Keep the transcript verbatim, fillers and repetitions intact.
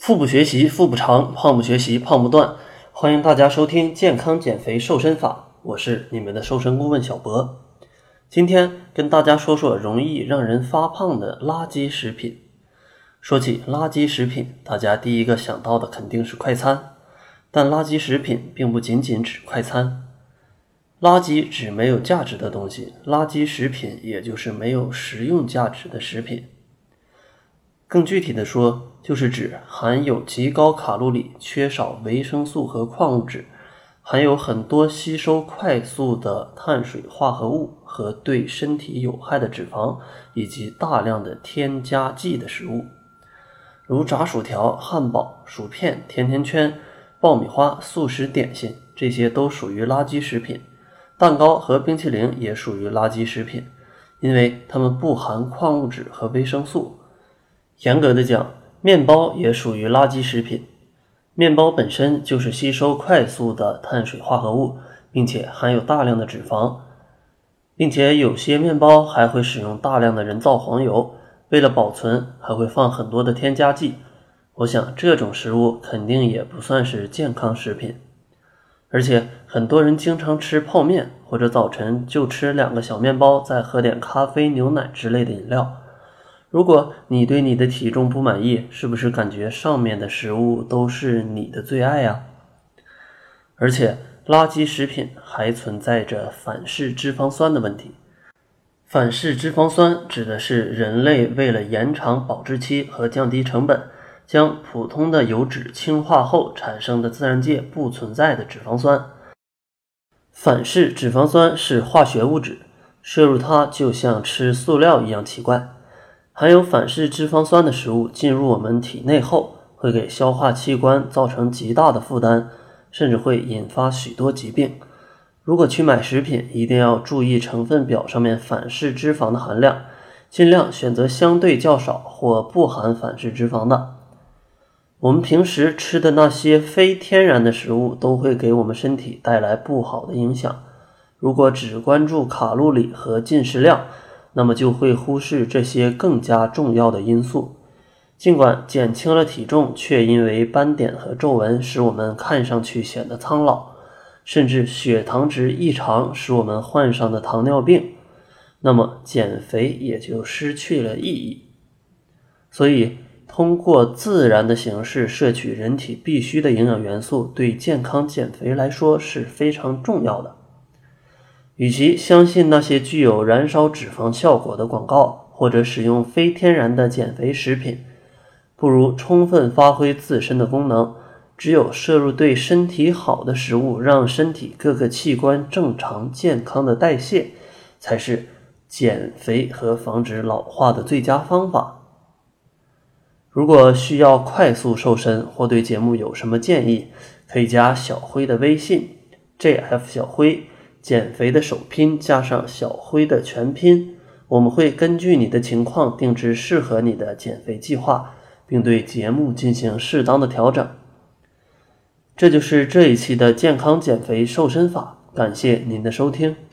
腹部学习腹部长，胖不学习胖不断。欢迎大家收听健康减肥瘦身法，我是你们的瘦身顾问小博。今天跟大家说说容易让人发胖的垃圾食品。说起垃圾食品，大家第一个想到的肯定是快餐，但垃圾食品并不仅仅指快餐。垃圾指没有价值的东西，垃圾食品也就是没有食用价值的食品。更具体的说，就是指含有极高卡路里、缺少维生素和矿物质，含有很多吸收快速的碳水化合物和对身体有害的脂肪，以及大量的添加剂的食物，如炸薯条、汉堡、薯片、甜甜圈、爆米花、速食点心，这些都属于垃圾食品。蛋糕和冰淇淋也属于垃圾食品，因为它们不含矿物质和维生素。严格的讲，面包也属于垃圾食品。面包本身就是吸收快速的碳水化合物，并且含有大量的脂肪，并且有些面包还会使用大量的人造黄油，为了保存还会放很多的添加剂。我想这种食物肯定也不算是健康食品。而且很多人经常吃泡面，或者早晨就吃两个小面包，再喝点咖啡、牛奶之类的饮料。如果你对你的体重不满意，是不是感觉上面的食物都是你的最爱呀？而且垃圾食品还存在着反式脂肪酸的问题。反式脂肪酸指的是人类为了延长保质期和降低成本，将普通的油脂氢化后产生的自然界不存在的脂肪酸。反式脂肪酸是化学物质，摄入它就像吃塑料一样奇怪。含有反式脂肪酸的食物进入我们体内后，会给消化器官造成极大的负担，甚至会引发许多疾病。如果去买食品，一定要注意成分表上面反式脂肪的含量，尽量选择相对较少或不含反式脂肪的。我们平时吃的那些非天然的食物都会给我们身体带来不好的影响。如果只关注卡路里和进食量，那么就会忽视这些更加重要的因素。尽管减轻了体重，却因为斑点和皱纹使我们看上去显得苍老，甚至血糖值异常使我们患上的糖尿病，那么减肥也就失去了意义。所以通过自然的形式摄取人体必需的营养元素，对健康减肥来说是非常重要的。与其相信那些具有燃烧脂肪效果的广告，或者使用非天然的减肥食品，不如充分发挥自身的功能。只有摄入对身体好的食物，让身体各个器官正常健康的代谢，才是减肥和防止老化的最佳方法。如果需要快速瘦身，或对节目有什么建议，可以加小辉的微信 J F 小辉，减肥的首拼加上小辉的全拼，我们会根据你的情况定制适合你的减肥计划，并对节目进行适当的调整。这就是这一期的健康减肥瘦身法，感谢您的收听。